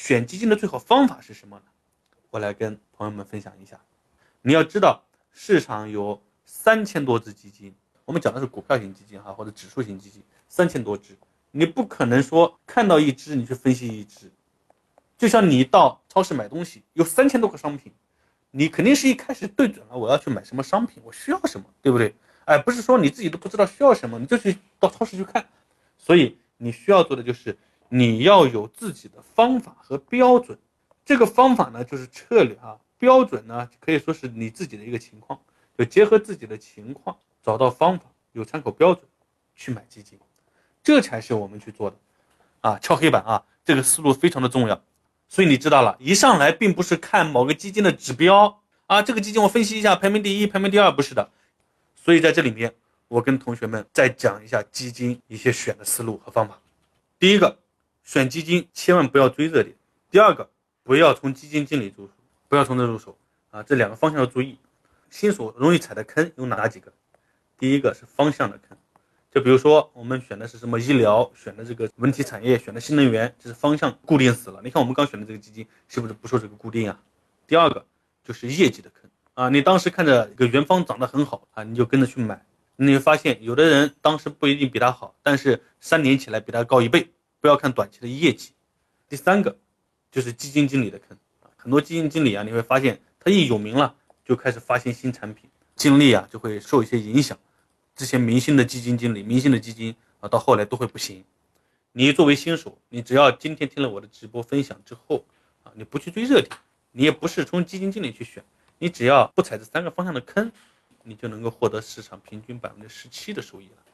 选基金的最好方法是什么呢？我来跟朋友们分享一下。你要知道，市场有3000多只基金，我们讲的是股票型基金或者指数型基金，3000多只，你不可能说看到一只你去分析一只。就像你到超市买东西，有3000多个商品，你肯定是一开始对准了我要去买什么商品，我需要什么，对不对？不是说你自己都不知道需要什么，你就去到超市去看。所以你需要做的就是你要有自己的方法和标准。这个方法呢就是策略标准呢可以说是你自己的一个情况，就结合自己的情况找到方法，有参考标准去买基金，这才是我们去做的敲黑板这个思路非常的重要。所以你知道了，一上来并不是看某个基金的指标这个基金我分析一下排名第一排名第二，不是的。所以在这里面我跟同学们再讲一下基金一些选的思路和方法。第一个，选基金千万不要追热点。第二个，不要从基金经理入手，不要从这入手这两个方向要注意。新手容易踩的坑有哪几个？第一个是方向的坑，就比如说我们选的是什么医疗，选的这个文体产业，选的新能源，这是方向固定死了。你看我们刚选的这个基金是不是不受这个固定第二个就是业绩的坑你当时看着一个元芳涨得很好你就跟着去买，你会发现有的人当时不一定比他好，但是3年起来比他高1倍。不要看短期的业绩。第三个就是基金经理的坑很多基金经理你会发现他一有名了就开始发行新产品，精力就会受一些影响。之前明星的基金经理，明星的基金到后来都会不行。你作为新手，你只要今天听了我的直播分享之后你不去追热点，你也不是从基金经理去选，你只要不踩这3个方向的坑，你就能够获得市场平均17%的收益了。